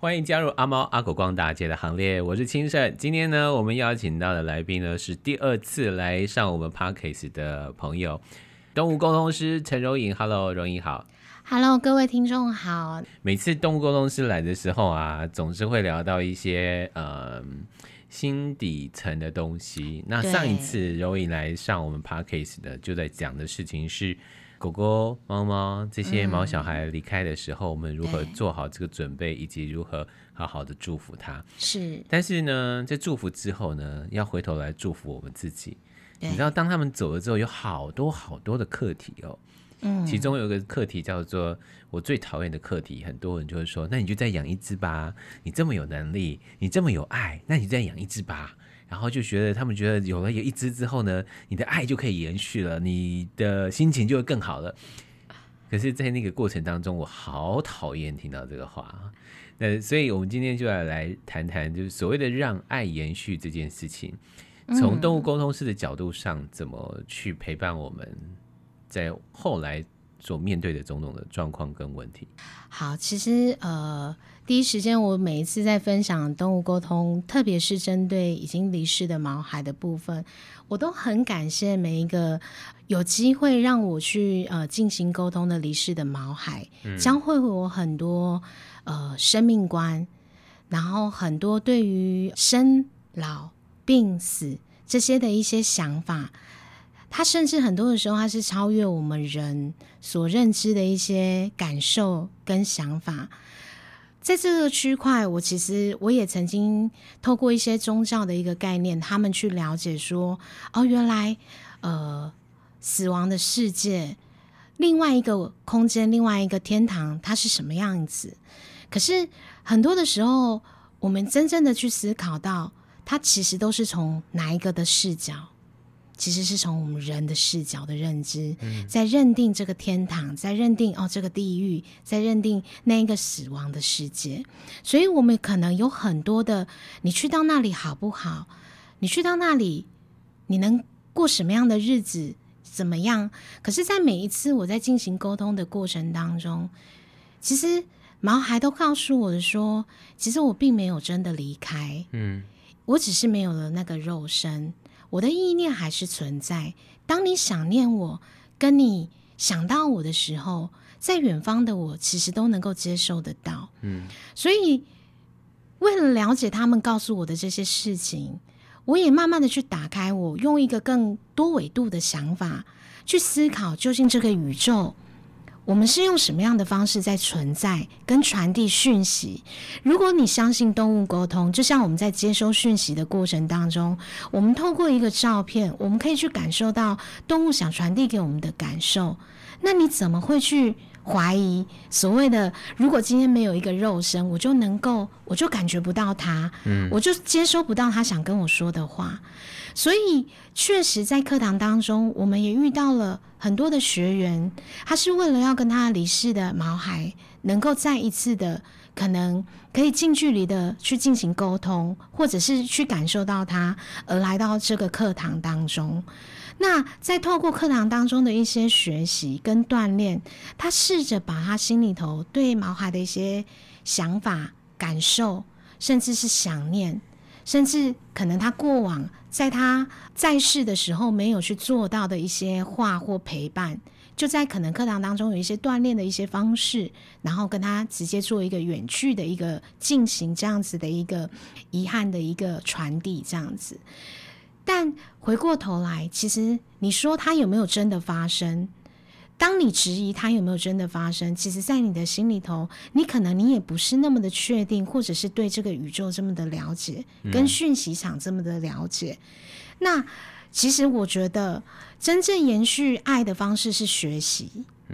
欢迎加入阿猫阿狗逛大街的行列，我是清盛。今天呢，我们邀请到的来宾呢是第2次来上我们 Podcast 的朋友，动物沟通师陈柔颖。Hello， 柔颖好。 Hello， 各位听众好。 每次动物沟通师来的时候啊，总是会聊到一些心底层的东西。那上一次柔颖来上我们 Podcast 的，就在讲的事情是狗狗、猫猫这些毛小孩离开的时候，我们如何做好这个准备，以及如何好好的祝福他。 是， 但是呢，在祝福之后呢，要回头来祝福我们自己。你知道，当他们走了之后，有好多好多的课题哦。其中有一个课题叫做我最讨厌的课题，很多人就会说，那你就再养一只吧，你这么有能力，你这么有爱，那你再养一只吧。然后就他们觉得有了一只之后呢，你的爱就可以延续了，你的心情就会更好了。可是在那个过程当中，我好讨厌听到这个话。所以我们今天就来谈谈，就是所谓的让爱延续这件事情，从动物沟通师的角度上，怎么去陪伴我们在后来所面对的种种的状况跟问题。 好，其实第一时间我每一次在分享动物沟通，特别是针对已经离世的毛孩的部分，我都很感谢每一个有机会让我去进行沟通的离世的毛孩，教会我很多生命观，然后很多对于生老病死这些的一些想法，它甚至很多的时候它是超越我们人所认知的一些感受跟想法。在这个区块，其实我也曾经透过一些宗教的一个概念，他们去了解说，原来死亡的世界，另外一个空间，另外一个天堂，它是什么样子。可是很多的时候，我们真正的去思考到，它其实都是从哪一个的视角，其实是从我们人的视角的认知，在认定这个天堂，在认定这个地狱，在认定那一个死亡的世界。所以我们可能有很多的，你去到那里好不好？你去到那里，你能过什么样的日子？怎么样？可是在每一次我在进行沟通的过程当中，其实毛孩都告诉我的说，其实我并没有真的离开，我只是没有了那个肉身，我的意念还是存在。当你想念我，跟你想到我的时候，在远方的我其实都能够接受得到。所以为了了解他们告诉我的这些事情，我也慢慢的去打开我，用一个更多维度的想法去思考，究竟这个宇宙我们是用什么样的方式在存在跟传递讯息。如果你相信动物沟通，就像我们在接收讯息的过程当中，我们透过一个照片，我们可以去感受到动物想传递给我们的感受，那你怎么会去怀疑所谓的如果今天没有一个肉身，我就感觉不到他，我就接收不到他想跟我说的话。所以确实在课堂当中，我们也遇到了很多的学员，他是为了要跟他离世的毛孩能够再一次的可能可以近距离的去进行沟通，或者是去感受到他，而来到这个课堂当中。那在透过课堂当中的一些学习跟锻炼，他试着把他心里头对毛孩的一些想法、感受，甚至是想念，甚至可能他过往在他在世的时候没有去做到的一些话或陪伴，就在可能课堂当中有一些锻炼的一些方式，然后跟他直接做一个远距的一个进行，这样子的一个遗憾的一个传递，这样子。但回过头来，其实你说它有没有真的发生，当你质疑它有没有真的发生，其实在你的心里头，你也不是那么的确定，或者是对这个宇宙这么的了解，跟讯息场这么的了解。那其实我觉得真正延续爱的方式是学习。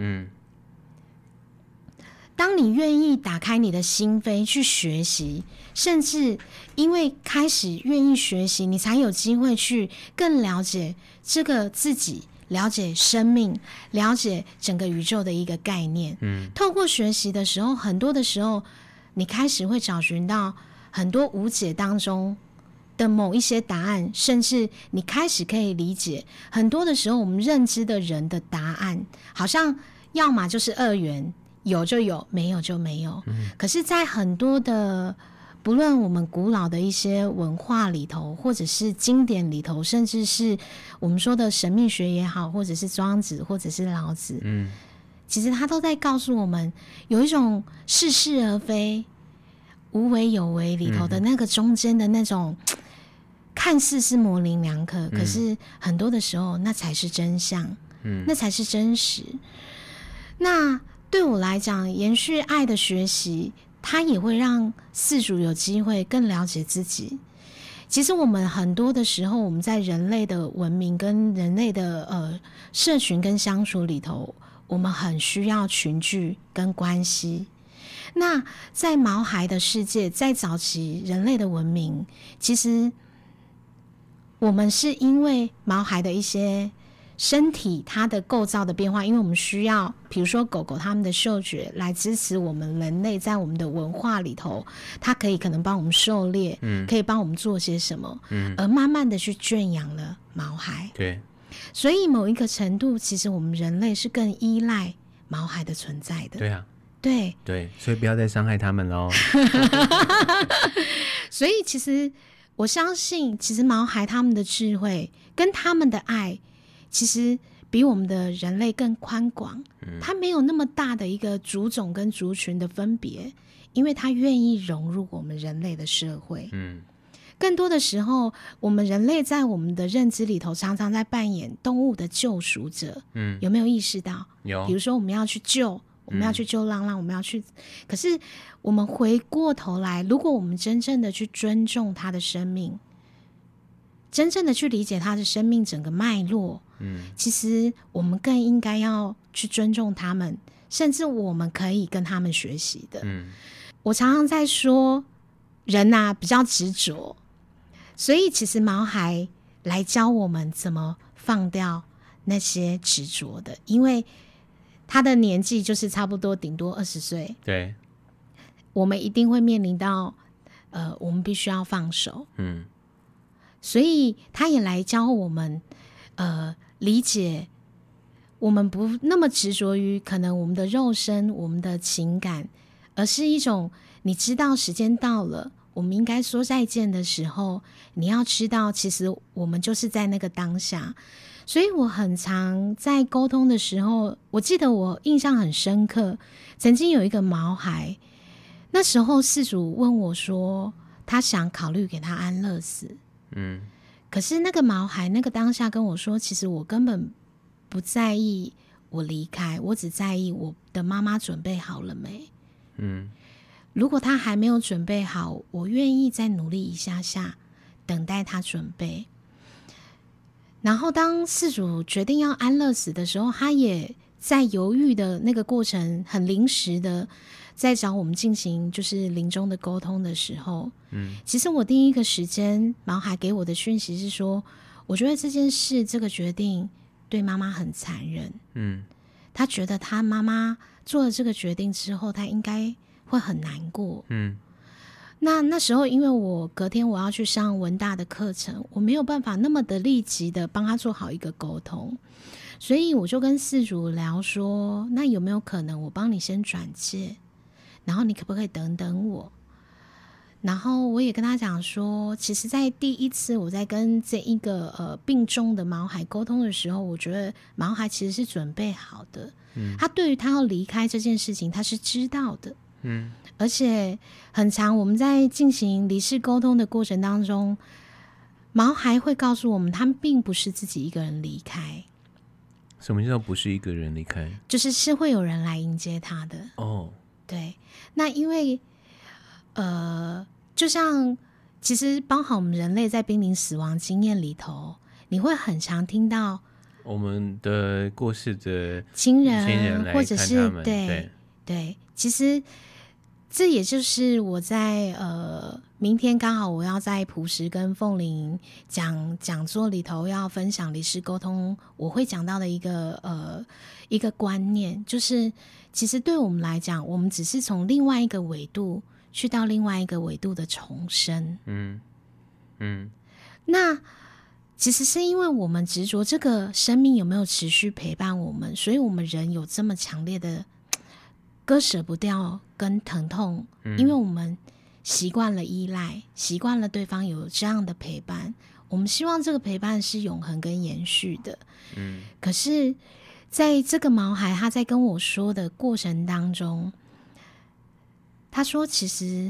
当你愿意打开你的心扉去学习，甚至因为开始愿意学习，你才有机会去更了解这个自己，了解生命，了解整个宇宙的一个概念。透过学习的时候，很多的时候你开始会找寻到很多无解当中的某一些答案，甚至你开始可以理解很多的时候我们认知的人的答案，好像要么就是二元， 有就有，没有就没有。可是在很多的不论我们古老的一些文化里头，或者是经典里头，甚至是我们说的神秘学也好，或者是庄子，或者是老子，其实他都在告诉我们，有一种似是而非、无为有为里头的那个中间的那种，看似是模棱两可，可是很多的时候，那才是真相，那才是真实。那对我来讲，延续爱的学习，它也会让饲主有机会更了解自己。其实我们很多的时候，我们在人类的文明跟人类的社群跟相处里头，我们很需要群聚跟关系。那在毛孩的世界，在早期人类的文明，其实我们是因为毛孩的一些身体它的构造的变化，因为我们需要比如说狗狗它们的嗅觉来支持我们人类在我们的文化里头，它可能帮我们狩猎，可以帮我们做些什么，而慢慢的去圈养了毛孩。 对， 所以某一个程度，其实我们人类是更依赖毛孩的存在的。 对啊， 对， 所以不要再伤害他们咯。 所以其实我相信，其实毛孩他们的智慧跟他们的爱，其实比我们的人类更宽广。他没有那么大的一个族种跟族群的分别，因为他愿意融入我们人类的社会。更多的时候，我们人类在我们的认知里头，常常在扮演动物的救赎者。有没有意识到？ 有。 比如说，我们要去救浪浪，我们要去。可是，我们回过头来，如果我们真正的去尊重他的生命，真正的去理解他的生命整个脉络，其实我们更应该要去尊重他们，甚至我们可以跟他们学习的。我常常在说，人啊比较执着。所以其实毛孩来教我们怎么放掉那些执着的，因为他的年纪就是差不多顶多20岁， 对， 我们一定会面临到我们必须要放手。所以他也来教我们理解我们不那么执着于可能我们的肉身，我们的情感，而是一种你知道时间到了，我们应该说再见的时候，你要知道其实我们就是在那个当下。所以我很常在沟通的时候，我记得我印象很深刻，曾经有一个毛孩，那时候饲主问我说他想考虑给他安乐死。可是那个毛孩那个当下跟我说，其实我根本不在意我离开，我只在意我的妈妈准备好了没。如果他还没有准备好，我愿意再努力一下下，等待他准备。然后当饲主决定要安乐死的时候，他也在犹豫的那个过程，很临时的在找我们进行就是临终的沟通的时候，其实我第一个时间毛孩给我的讯息是说，我觉得这件事这个决定对妈妈很残忍。他觉得他妈妈做了这个决定之后，他应该会很难过。那时候因为我隔天我要去上文大的课程，我没有办法那么的立即的帮他做好一个沟通，所以我就跟饲主聊说，那有没有可能我帮你先转介，然后你可不可以等等我。然后我也跟他讲说，其实在第一次我在跟这一个病重的毛孩沟通的时候，我觉得毛孩其实是准备好的。他对于他要离开这件事情他是知道的。而且很常我们在进行离世沟通的过程当中，毛孩会告诉我们他们并不是自己一个人离开。 什么叫不是一个人离开？ 就是会有人来迎接他的。对，那因为就像其实包含我们人类在濒临死亡经验里头，你会很常听到我们的过世的亲人或者是对，其实这也就是我在明天刚好我要在朴实跟凤林讲座里头要分享离世沟通，我会讲到的一个观念，就是其实对我们来讲，我们只是从另外一个纬度去到另外一个纬度的重生。那其实是因为我们执着这个生命有没有持续陪伴我们，所以我们人有这么强烈的割舍不掉跟疼痛，因为我们习惯了依赖，习惯了对方有这样的陪伴，我们希望这个陪伴是永恒跟延续的。可是在这个毛孩他在跟我说的过程当中，他说其实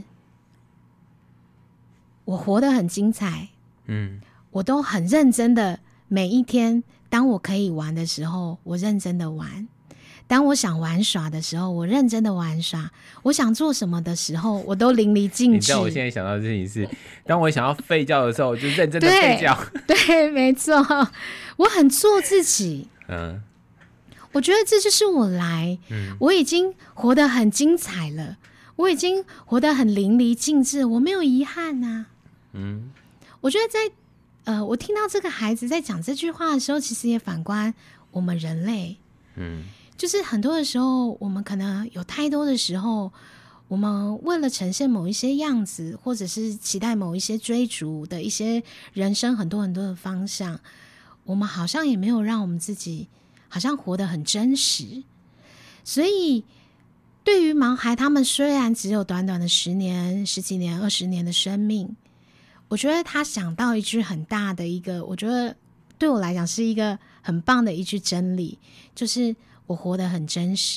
我活得很精彩，我都很认真的，每一天当我可以玩的时候我认真的玩，当我想玩耍的时候我认真的玩耍，我想做什么的时候我都淋漓尽致。 你知道我现在想到的事情是，当我想要吠叫的时候我就认真的吠叫。 对，没错，我很做自己。我觉得这就是我来，我已经活得很精彩了，我已经活得很淋漓尽致，我没有遗憾啊。我觉得在我听到这个孩子在讲这句话的时候，其实也反观我们人类。就是很多的时候我们可能有太多的时候，我们为了呈现某一些样子，或者是期待某一些追逐的一些人生很多很多的方向，我们好像也没有让我们自己好像活得很真实。所以对于毛孩他们虽然只有短短的10年、10几年、20年的生命，我觉得他想到一句很大的一个，我觉得对我来讲是一个很棒的一句真理，就是我活得很真实。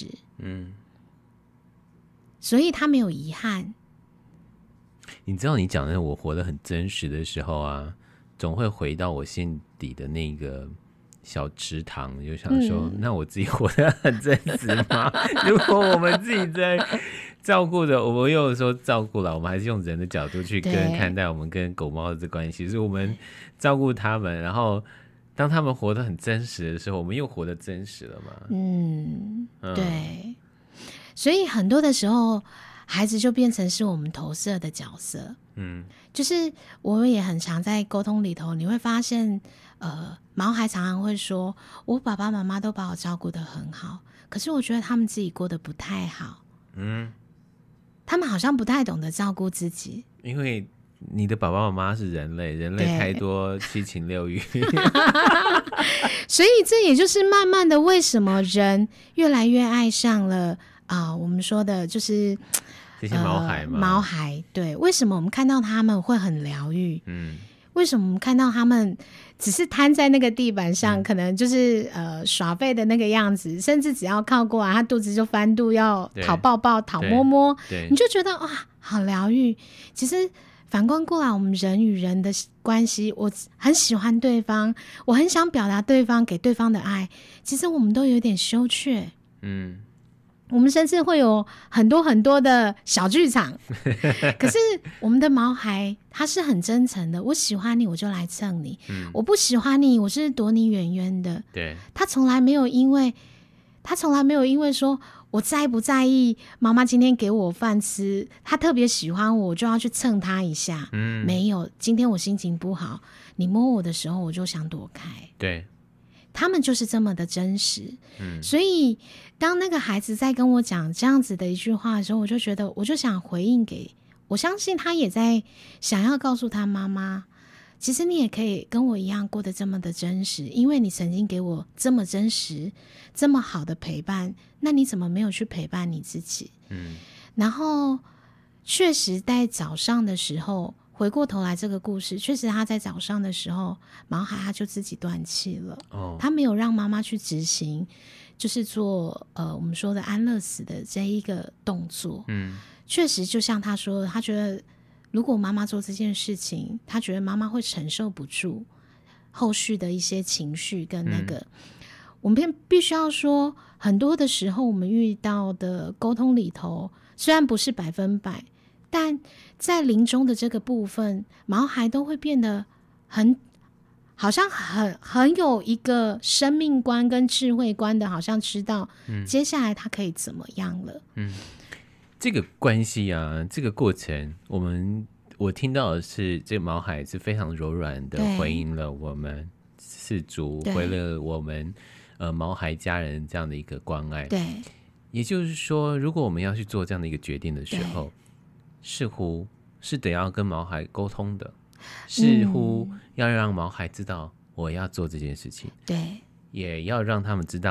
所以他没有遗憾。 你知道你讲的我活得很真实的时候啊，总会回到我心底的那个小池塘，就想说，那我自己活得很真实吗？如果我们自己在照顾着，我们有时候照顾了，我们还是用人的角度去看待我们跟狗猫的这关系，是我们照顾他们，然后当他们活得很真实的时候，我们又活得真实了嘛。 对。所以很多的时候孩子就变成是我们投射的角色。就是我们也很常在沟通里头，你会发现毛孩常常会说，我爸爸妈妈都把我照顾得很好，可是我觉得他们自己过得不太好。他们好像不太懂得照顾自己。因为你的爸爸妈妈是人类，人类太多七情六欲。 所以这也就是慢慢的为什么人越来越爱上了我们说的就是这些毛孩嘛。 毛孩，对，为什么我们看到他们会很疗愈？为什么我们看到他们只是瘫在那个地板上，可能就是耍废的那个样子，甚至只要靠过来他肚子就翻肚，要讨抱抱讨摸摸，你就觉得哇好疗愈。其实反观过来，我们人与人的关系，我很喜欢对方，我很想表达对方给对方的爱，其实我们都有点羞怯。我们甚至会有很多很多的小剧场。可是我们的毛孩他是很真诚的，我喜欢你我就来蹭你，我不喜欢你我是躲你远远的。 对， 他从来没有因为说我在不在意妈妈今天给我饭吃，他特别喜欢我就要去蹭他一下。没有，今天我心情不好，你摸我的时候我就想躲开。 对， 他们就是这么的真实。所以当那个孩子在跟我讲这样子的一句话的时候，我就觉得我就想回应给，我相信他也在想要告诉他妈妈，其实你也可以跟我一样过得这么的真实，因为你曾经给我这么真实这么好的陪伴，那你怎么没有去陪伴你自己？然后确实在早上的时候，回过头来这个故事，确实他在早上的时候毛孩他就自己断气了。他没有让妈妈去执行，就是做我们说的安乐死的这一个动作。确实就像他说的，他觉得如果妈妈做这件事情，他觉得妈妈会承受不住后续的一些情绪跟那个。我们必须要说，很多的时候我们遇到的沟通里头，虽然不是100%，但在临终的这个部分，毛孩都会变得好像很有一个生命观跟智慧观的，好像知道接下来他可以怎么样了。 这个关系啊，这个过程，我听到的是，这个毛孩是非常柔软的回应了我们氏族，回了我们毛孩家人这样的一个关爱。 对， 也就是说，如果我们要去做这样的一个决定的时候，似乎是得要跟毛孩沟通的，似乎要让毛孩知道我要做这件事情， 对， 也要让他们知道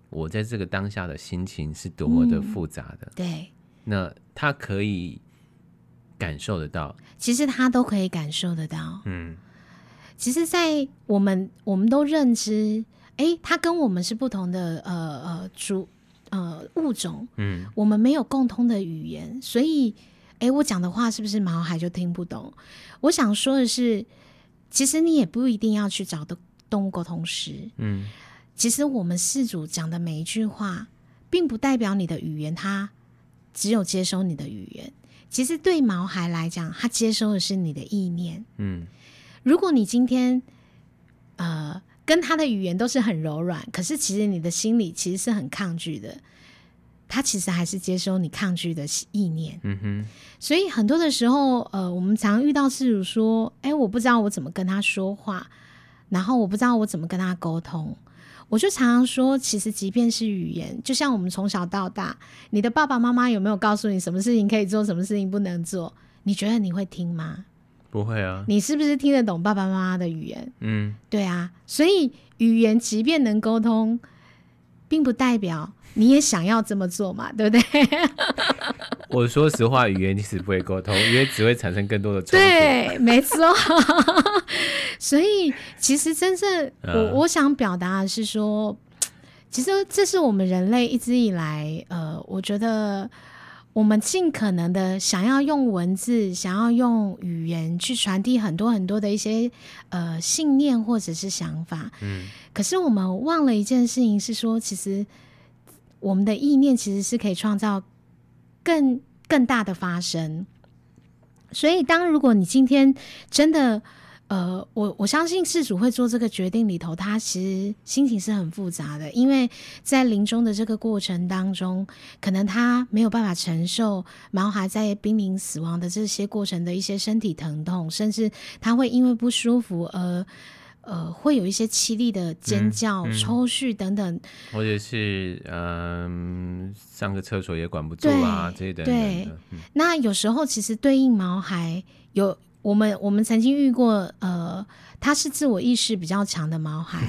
我在这个当下的心情是多么的复杂的。 对， 那他可以感受得到， 其实他都可以感受得到。其实在我们都认知，他跟我们是不同的物种，我们没有共通的语言，所以我讲的话是不是毛孩就听不懂？我想说的是，其实你也不一定要去找动物沟通师。其实我们饲主讲的每一句话，并不代表你的语言他只有接收你的语言。其实对毛孩来讲，他接收的是你的意念。如果你今天跟他的语言都是很柔软，可是其实你的心里其实是很抗拒的，他其实还是接收你抗拒的意念。所以很多的时候我们常遇到饲主说，我不知道我怎么跟他说话，然后我不知道我怎么跟他沟通。我就常常说，其实即便是语言，就像我们从小到大，你的爸爸妈妈有没有告诉你什么事情可以做，什么事情不能做？你觉得你会听吗？ 不会啊。 你是不是听得懂爸爸妈妈的语言？对啊。所以语言即便能沟通，并不代表你也想要这么做嘛，对不对？ 我说实话，语言其实不会沟通，因为只会产生更多的冲突。 对，没错。所以其实真正我想表达的是说，其实这是我们人类一直以来我觉得我们尽可能的想要用文字，想要用语言去传递很多很多的一些信念或者是想法。可是我们忘了一件事情，是说其实我们的意念其实是可以创造更大的发生。所以如果你今天真的我相信饲主会做这个决定里头，他其实心情是很复杂的，因为在临终的这个过程当中，可能他没有办法承受毛孩在濒临死亡的这些过程的一些身体疼痛，甚至他会因为不舒服而会有一些凄厉的尖叫、抽搐等等， 或者是上个厕所也管不住啊，这些等等的。 那有时候其实对应毛孩有我们曾经遇过他是自我意识比较强的毛孩。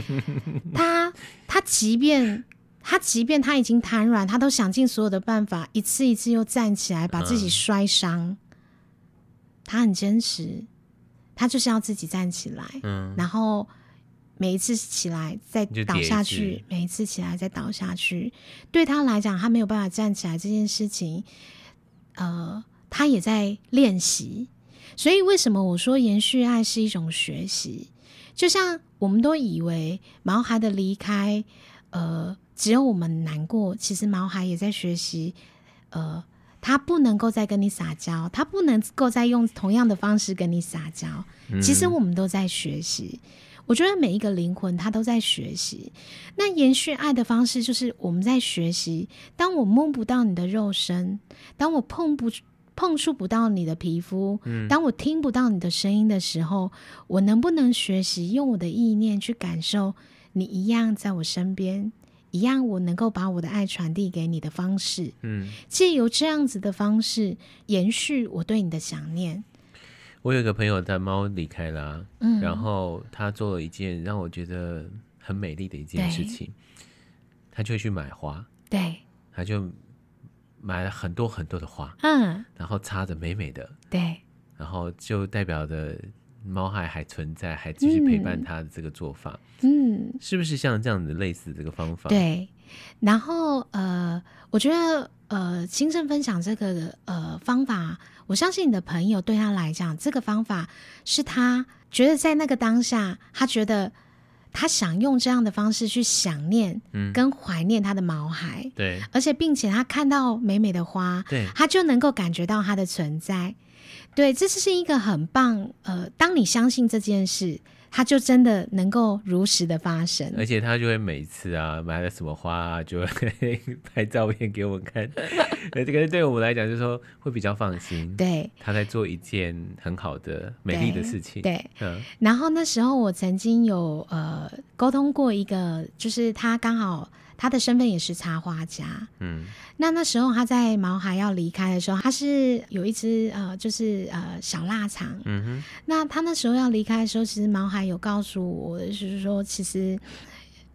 他即便他已经瘫软，他都想尽所有的办法，一次一次又站起来把自己摔伤。他很坚持，他就是要自己站起来，然后每一次起来再倒下去，每一次起来再倒下去。对他来讲，他没有办法站起来这件事情他也在练习。所以为什么我说延续爱是一种学习？就像我们都以为毛孩的离开只有我们难过，其实毛孩也在学习他不能够再跟你撒娇，他不能够再用同样的方式跟你撒娇。其实我们都在学习。我觉得每一个灵魂他都在学习。那延续爱的方式就是我们在学习，当我摸不到你的肉身，当我碰触不到你的皮肤，当我听不到你的声音的时候，我能不能学习用我的意念去感受你一样在我身边，一样我能够把我的爱传递给你的方式，藉由这样子的方式延续我对你的想念。 我有一个朋友的猫离开了然后他做了一件让我觉得很美丽的一件事情，他就会去买花， 对， 他就买了很多很多的花，然后插着美美的， 对， 然后就代表着猫孩还存在，还继续陪伴他的这个做法，是不是像这样子类似这个方法？ 对，然后我觉得亲身分享这个方法，我相信你的朋友对他来讲，这个方法是他觉得在那个当下，他觉得他想用这样的方式去想念跟怀念他的毛孩， 对， 而且并且他看到美美的花， 对， 他就能够感觉到它的存在。对，这是一个很棒当你相信这件事，它就真的能够如实的发生。 而且他就会每次买了什么花就会拍照片给我们看这个对我们来讲就是说会比较放心， 对， 他在做一件很好的美丽的事情。 对，然后那时候我曾经有沟通过一个，就是他刚好他的身份也是插花家，那时候他在毛孩要离开的时候，他是有一只就是小腊肠，那他那时候要离开的时候，其实毛孩有告诉我，就是说其实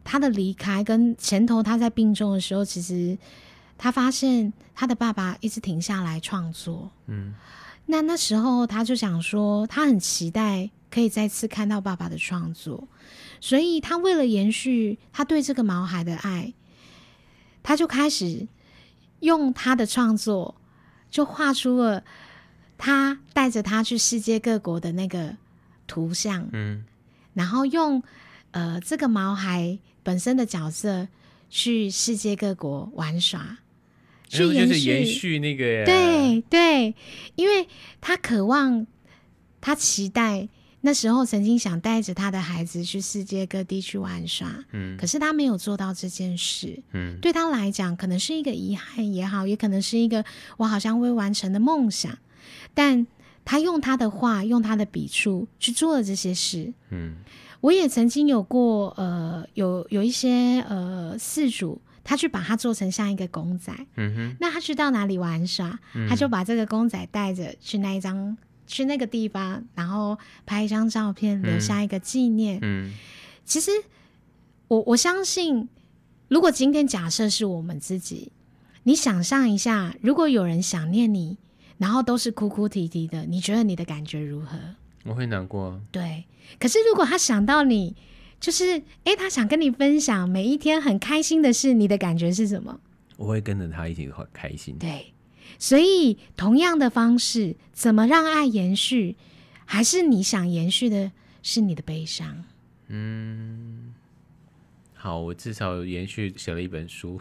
他的离开跟前头他在病重的时候，其实他发现他的爸爸一直停下来创作。那时候他就想说，他很期待可以再次看到爸爸的创作，所以他为了延续他对这个毛孩的爱，他就开始用他的创作就画出了他带着他去世界各国的那个图像，然后用这个毛孩本身的角色去世界各国玩耍，去就是延续那个对，因为他渴望，他期待那时候曾经想带着他的孩子去世界各地去玩耍，可是他没有做到这件事，对他来讲可能是一个遗憾也好，也可能是一个我好像未完成的梦想，但他用他的画，用他的笔触去做了这些事。我也曾经有过有一些饲主，他去把它做成像一个公仔，那他去到哪里玩耍，他就把这个公仔带着去那个地方，然后拍一张照片，留下一个纪念。其实我相信，如果今天假设是我们自己，你想象一下，如果有人想念你，然后都是哭哭啼啼的，你觉得你的感觉如何？ 我会难过。对， 可是如果他想到你，就是他想跟你分享每一天很开心的事，你的感觉是什么？ 我会跟着他一起很开心。 对，所以同样的方式，怎么让爱延续，还是你想延续的是你的悲伤。 好，我至少延续写了一本书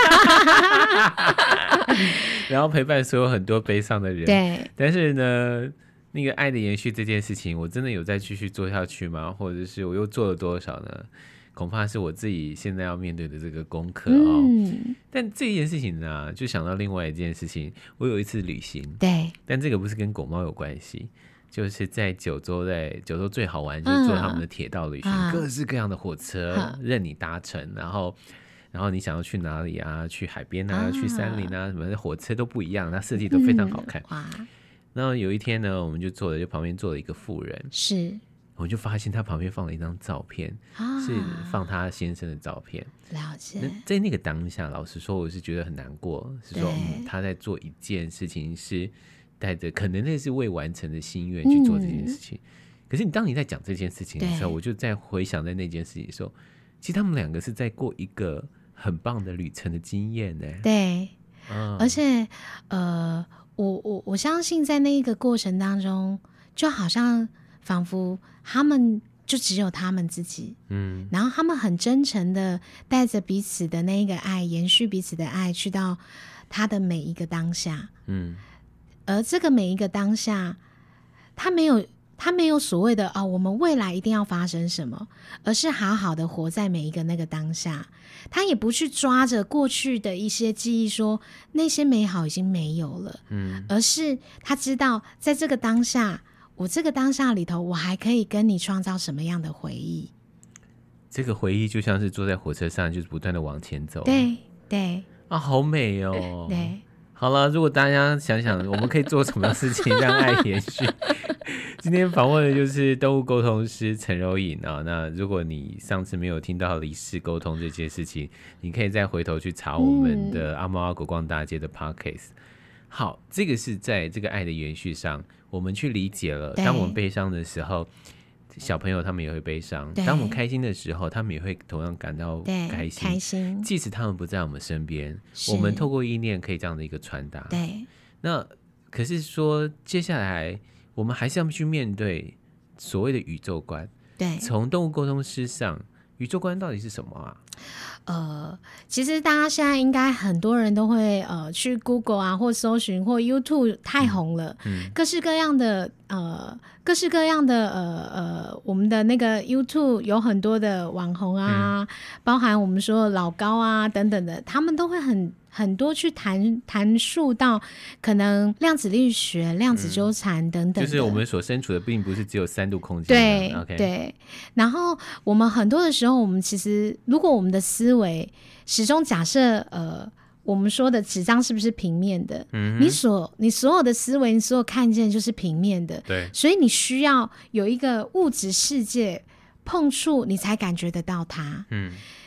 然后陪伴所有很多悲伤的人。 对， 但是呢，那个爱的延续这件事情，我真的有再继续做下去吗？或者是我又做了多少呢？恐怕是我自己现在要面对的这个功课但这件事情呢，就想到另外一件事情。我有一次旅行， 对， 但这个不是跟狗猫有关系，就是在九州最好玩就是坐他们的铁道旅行，各式各样的火车任你搭乘，然后你想要去哪里啊，去海边啊，去山林啊，什么的火车都不一样，它设计都非常好看。然后有一天呢，我们就旁边坐了一个妇人， 是， 我就发现他旁边放了一张照片，是放他先生的照片。 了解。 在那个当下，老实说，我是觉得很难过，是说他在做一件事情，是带着可能那是未完成的心愿去做这件事情。可是当你在讲这件事情的时候，我就在回想在那件事情的时候，其实他们两个是在过一个很棒的旅程的经验呢。 对，而且我相信在那一个过程当中，就好像仿佛他们就只有他们自己，然后他们很真诚的带着彼此的那一个爱，延续彼此的爱，去到他的每一个当下，而这个每一个当下，他没有所谓的我们未来一定要发生什么，而是好好的活在每一个那个当下。他也不去抓着过去的一些记忆说那些美好已经没有了，而是他知道在这个当下，我这个当下里头，我还可以跟你创造什么样的回忆。 这个回忆就像是坐在火车上，就是不断的往前走。 对好美哦。 对， 好了，如果大家想想我们可以做什么事情让爱延续今天访问的就是动物沟通师陈柔颖那如果你上次没有听到离世沟通这件事情，你可以再回头去查我们的阿猫阿狗逛大街的 Podcast。好，这个是在这个爱的延续上，我们去理解了，当我们悲伤的时候，小朋友他们也会悲伤，当我们开心的时候，他们也会同样感到开心，即使他们不在我们身边，我们透过意念可以这样的一个传达。那可是说接下来我们还是要去面对所谓的宇宙观。从动物沟通师上，宇宙观到底是什么啊？ 其实大家现在应该很多人都会去 Google 啊，或搜寻，或 YouTube 太红了，各式各样的我们的那个 YouTube 有很多的网红啊，包含我们说的老高啊等等的，他们都会很多去谈述到可能量子力学、量子纠缠等等的， 就是我们所身处的并不是只有3度空间的。 对。然后我们很多的时候，我们其实如果我们的思维始终假设我们说的纸张是不是平面的，你所有的思维，你所有看见就是平面的，所以你需要有一个物质世界碰触，你才感觉得到它。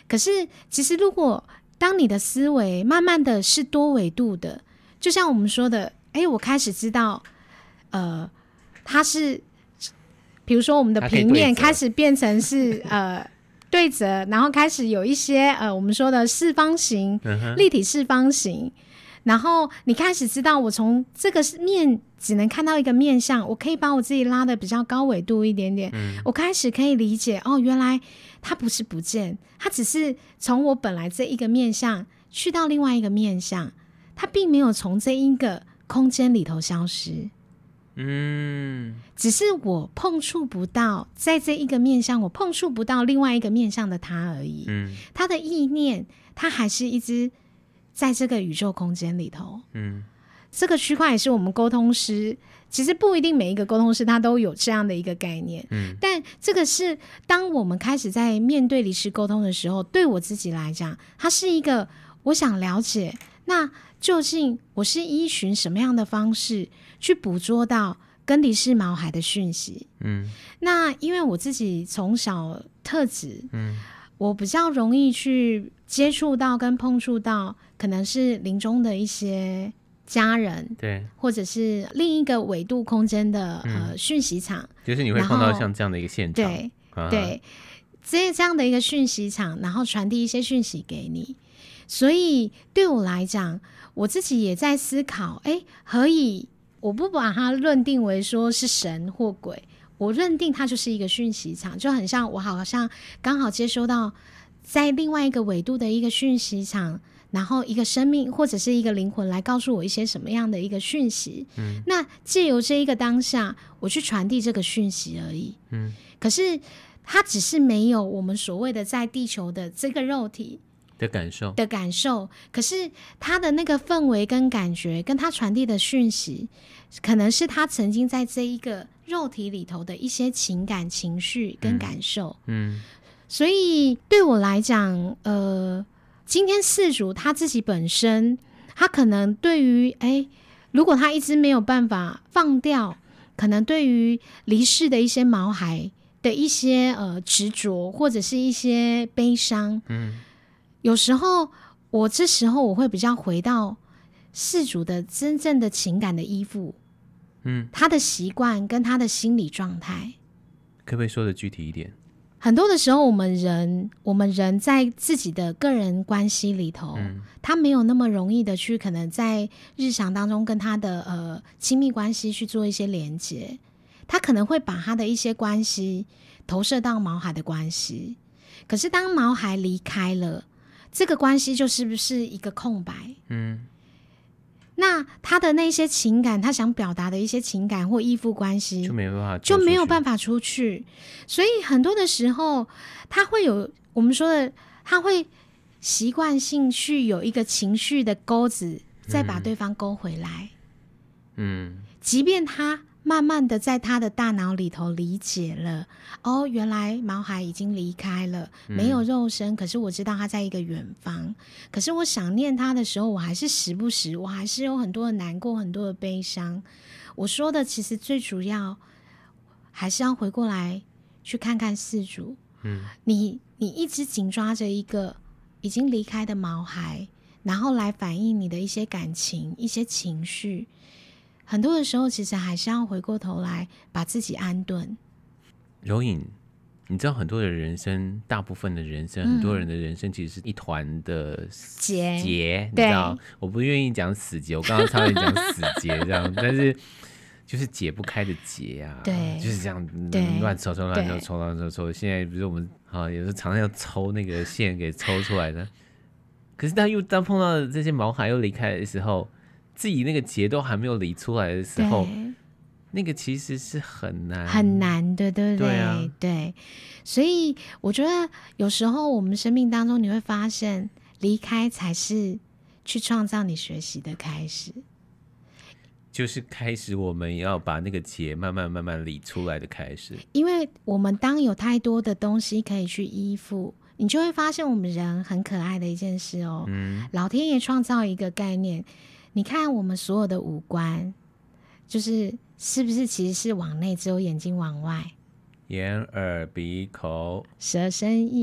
可是其实如果当你的思维慢慢的是多维度的，就像我们说的，我开始知道它是比如说我们的平面开始变成是对折，然后开始有一些我们说的四方形、立体四方形，然后你开始知道我从这个面只能看到一个面向，我可以把我自己拉得比较高纬度一点点，我开始可以理解原来它不是不见，它只是从我本来这一个面向去到另外一个面向，它并没有从这一个空间里头消失，只是我碰触不到，在这一个面向我碰触不到另外一个面向的它而已，它的意念它还是一直在这个宇宙空间里头，这个区块也是我们沟通师，其实不一定每一个沟通师他都有这样的一个概念，但这个是当我们开始在面对离世沟通的时候，对我自己来讲，它是一个我想了解，那究竟我是依循什么样的方式去捕捉到跟离世毛孩的讯息，那因为我自己从小特质，我比较容易去接触到跟碰触到可能是临终的一些家人， 对， 或者是另一个纬度空间的讯息场， 就是你会碰到像这样的一个现场， 对，这样的一个讯息场，然后传递一些讯息给你。所以对我来讲，我自己也在思考，何以我不把它认定为说是神或鬼，我认定它就是一个讯息场，就很像我好像刚好接收到在另外一个纬度的一个讯息场，然后一个生命或者是一个灵魂来告诉我一些什么样的一个讯息，那借由这一个当下我去传递这个讯息而已，可是它只是没有我们所谓的在地球的这个肉体的感受，可是他的那个氛围跟感觉跟他传递的讯息，可能是他曾经在这一个肉体里头的一些情感情绪跟感受，所以对我来讲今天事主他自己本身，他可能对于如果他一直没有办法放掉，可能对于离世的一些毛孩的一些执着或者是一些悲伤，有时候这时候我会比较回到事主的真正的情感的依附，他的习惯跟他的心理状态。 可不可以说的具体一点？ 很多的时候我们人在自己的个人关系里头，他没有那么容易的去可能在日常当中跟他的亲密关系去做一些连接，他可能会把他的一些关系投射到毛孩的关系，可是当毛孩离开了，这个关系就是不是一个空白，那他的那些情感，他想表达的一些情感或依附关系就没有办法出去，所以很多的时候他会有我们说的，他会习惯性去有一个情绪的钩子，再把对方勾回来，即便他慢慢的在他的大脑里头理解了，原来毛孩已经离开了，没有肉身，可是我知道他在一个远方，可是我想念他的时候，我还是时不时，我还是有很多的难过，很多的悲伤。我说的其实最主要还是要回过来去看看事主，你一直紧抓着一个已经离开的毛孩，然后来反映你的一些感情，一些情绪，很多的时候其实还是要回过头来把自己安顿。 柔颖，你知道很多的人生，大部分的人生，很多人的人生其实是一团的结，你知道，我不愿意讲死结，我刚刚差点讲死结这样，但是就是解不开的结啊， 对， 就是这样乱抽，现在比如说我们有时候常常要抽那个线给抽出来的，可是当碰到这些毛孩又离开的时候，自己那个结都还没有理出来的时候，那个其实是很难的，对不对？ 对啊，对。所以我觉得有时候我们生命当中，你会发现离开才是去创造你学习的开始， 就是开始我们要把那个结慢慢理出来的开始。 因为我们当有太多的东西可以去依附，你就会发现我们人很可爱的一件事老天爷创造一个概念，你看我们所有的五官，是不是其实是往内，只有眼睛往外， 眼耳鼻口舌身意，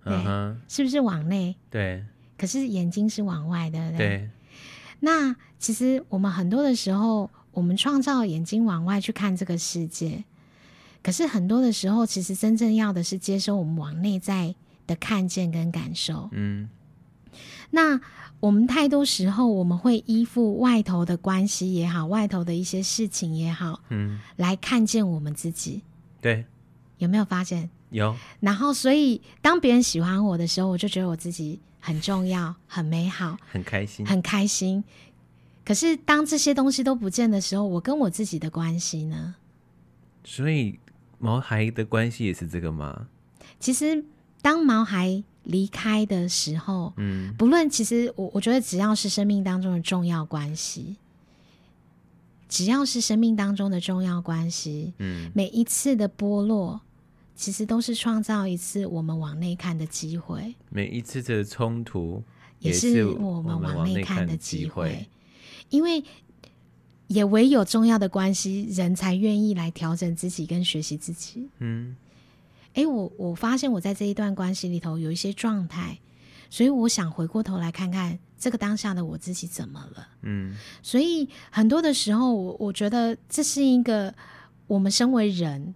对，是不是往内？ 对， 可是眼睛是往外，对不对？ 对。 那其实我们很多的时候，我们创造眼睛往外去看这个世界，可是很多的时候，其实真正要的是接收我们往内在的看见跟感受。那我们太多时候我们会依附外头的关系也好，外头的一些事情也好，来看见我们自己。 对， 有没有发现？ 有。 然后所以当别人喜欢我的时候，我就觉得我自己很重要，很美好， 很开心， 很开心。可是当这些东西都不见的时候，我跟我自己的关系呢？ 所以毛孩的关系也是这个吗？ 其实当毛孩离开的时候，不论其实我觉得只要是生命当中的重要关系，只要是生命当中的重要关系，每一次的剥落其实都是创造一次我们往内看的机会， 每一次的冲突也是我们往内看的机会，因为也唯有重要的关系，人才愿意来调整自己跟学习自己。我发现我在这一段关系里头有一些状态，所以我想回过头来看看这个当下的我自己怎么了。所以很多的时候我觉得这是一个我们身为人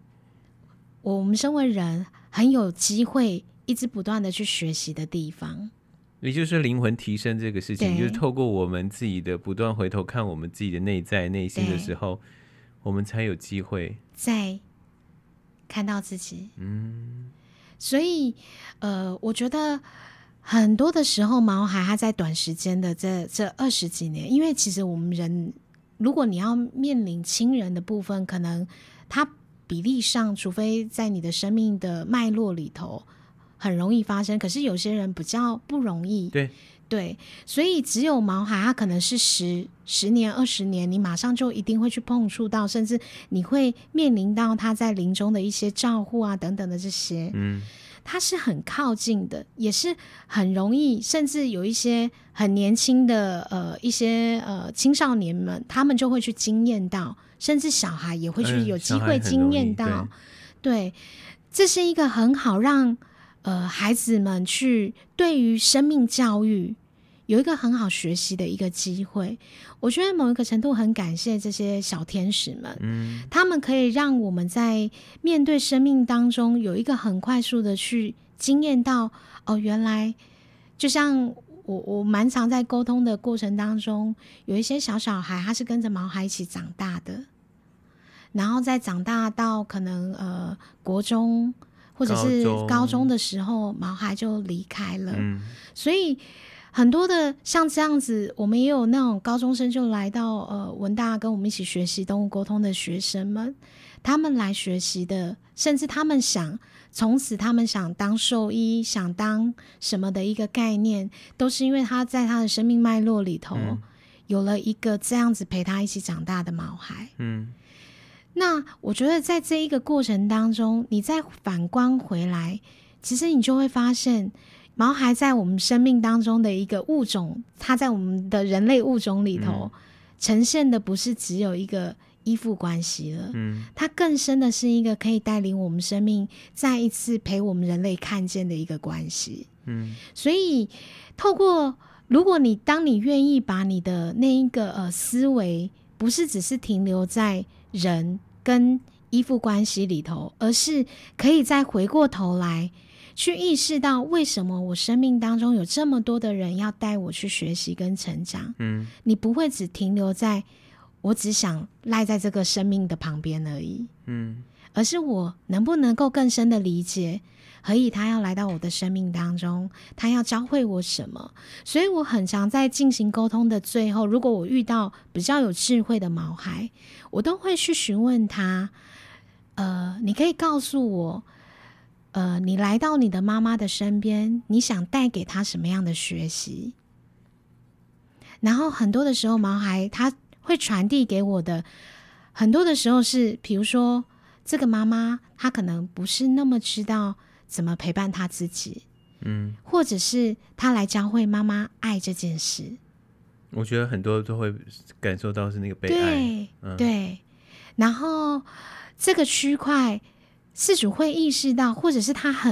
很有机会一直不断的去学习的地方。 也就是灵魂提升这个事情，就是透过我们自己的不断回头看我们自己的内在内心的时候，我们才有机会再看到自己。所以我觉得很多的时候毛孩他在短时间的这20几年，因为其实我们人如果你要面临亲人的部分，可能他比例上除非在你的生命的脉络里头很容易发生，可是有些人比较不容易。对，所以只有毛孩他可能是10年20年，你马上就一定会去碰触到，甚至你会面临到他在临终的一些照护啊等等的这些，他是很靠近的，也是很容易，甚至有一些很年轻的一些青少年们，他们就会去经验到，甚至小孩也会去有机会经验到。对，这是一个很好让孩子们去对于生命教育有一个很好学习的一个机会。我觉得某一个程度很感谢这些小天使们，他们可以让我们在面对生命当中有一个很快速的去经验到，原来就像我蛮常在沟通的过程当中，有一些小孩他是跟着毛孩一起长大的，然后再长大到可能国中或者是高中的时候，毛孩就离开了。所以很多的像这样子，我们也有那种高中生就来到文大跟我们一起学习动物沟通的学生们，他们来学习的，甚至他们想从此他们想当兽医，想当什么的一个概念，都是因为他在他的生命脉络里头有了一个这样子陪他一起长大的毛孩。那我觉得在这一个过程当中，你再反观回来，其实你就会发现毛孩在我们生命当中的一个物种，它在我们的人类物种里头呈现的不是只有一个依附关系了，它更深的是一个可以带领我们生命再一次陪我们人类看见的一个关系。所以透过如果当你愿意把你的那一个思维不是只是停留在人跟依附关系里头，而是可以再回过头来去意识到为什么我生命当中有这么多的人要带我去学习跟成长。你不会只停留在我只想赖在这个生命的旁边而已，而是我能不能够更深的理解何以他要来到我的生命当中，他要教会我什么。所以我很常在进行沟通的最后，如果我遇到比较有智慧的毛孩，我都会去询问他，你可以告诉我你来到你的妈妈的身边，你想带给她什么样的学习？然后很多的时候毛孩他会传递给我的，很多的时候是比如说这个妈妈她可能不是那么知道怎么陪伴她自己，或者是她来教会妈妈爱这件事。 我觉得很多都会感受到是那个被爱。 对，然后这个区块事主会意识到，或者是他很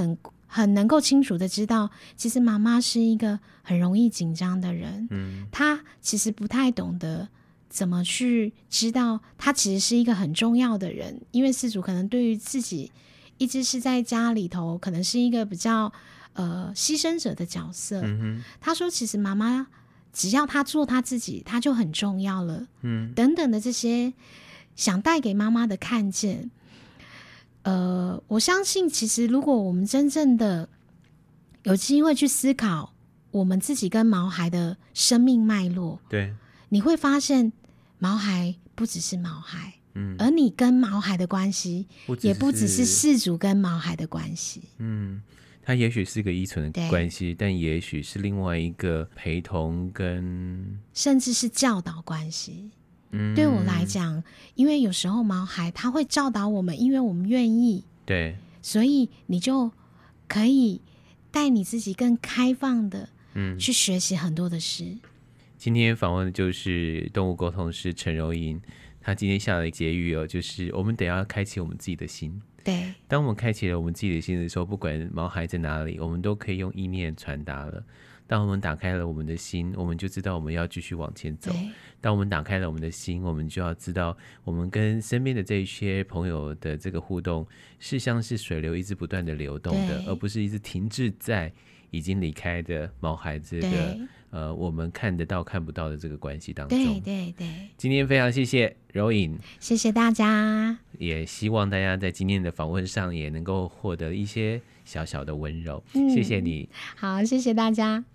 很能够清楚的知道，其实妈妈是一个很容易紧张的人，她其实不太懂得怎么去知道她其实是一个很重要的人，因为饲主可能对于自己一直是在家里头可能是一个比较牺牲者的角色。他说其实妈妈只要她做她自己，她就很重要了，等等的这些想带给妈妈的看见。我相信其实如果我们真正的有机会去思考我们自己跟毛孩的生命脉络， 对， 你会发现毛孩不只是毛孩，而你跟毛孩的关系也不只是饲主跟毛孩的关系， 它也许是个依存的关系，但也许是另外一个陪同跟甚至是教导关系。对我来讲，因为有时候毛孩他会教导我们，因为我们愿意， 对， 所以你就可以带你自己更开放的去学习很多的事。 今天访问的就是动物沟通师陈柔莹，她今天下了结语就是我们得要开启我们自己的心。 对， 当我们开启了我们自己的心的时候，不管毛孩在哪里，我们都可以用意念传达了。当我们打开了我们的心，我们就知道我们要继续往前走。当我们打开了我们的心，我们就要知道我们跟身边的这一些朋友的这个互动是像是水流一直不断的流动的，而不是一直停滞在已经离开的毛孩这个我们看得到看不到的这个关系当中。 对， 今天非常谢谢柔颖， 谢谢大家， 也希望大家在今天的访问上也能够获得一些小小的温柔。谢谢你。 好，谢谢大家。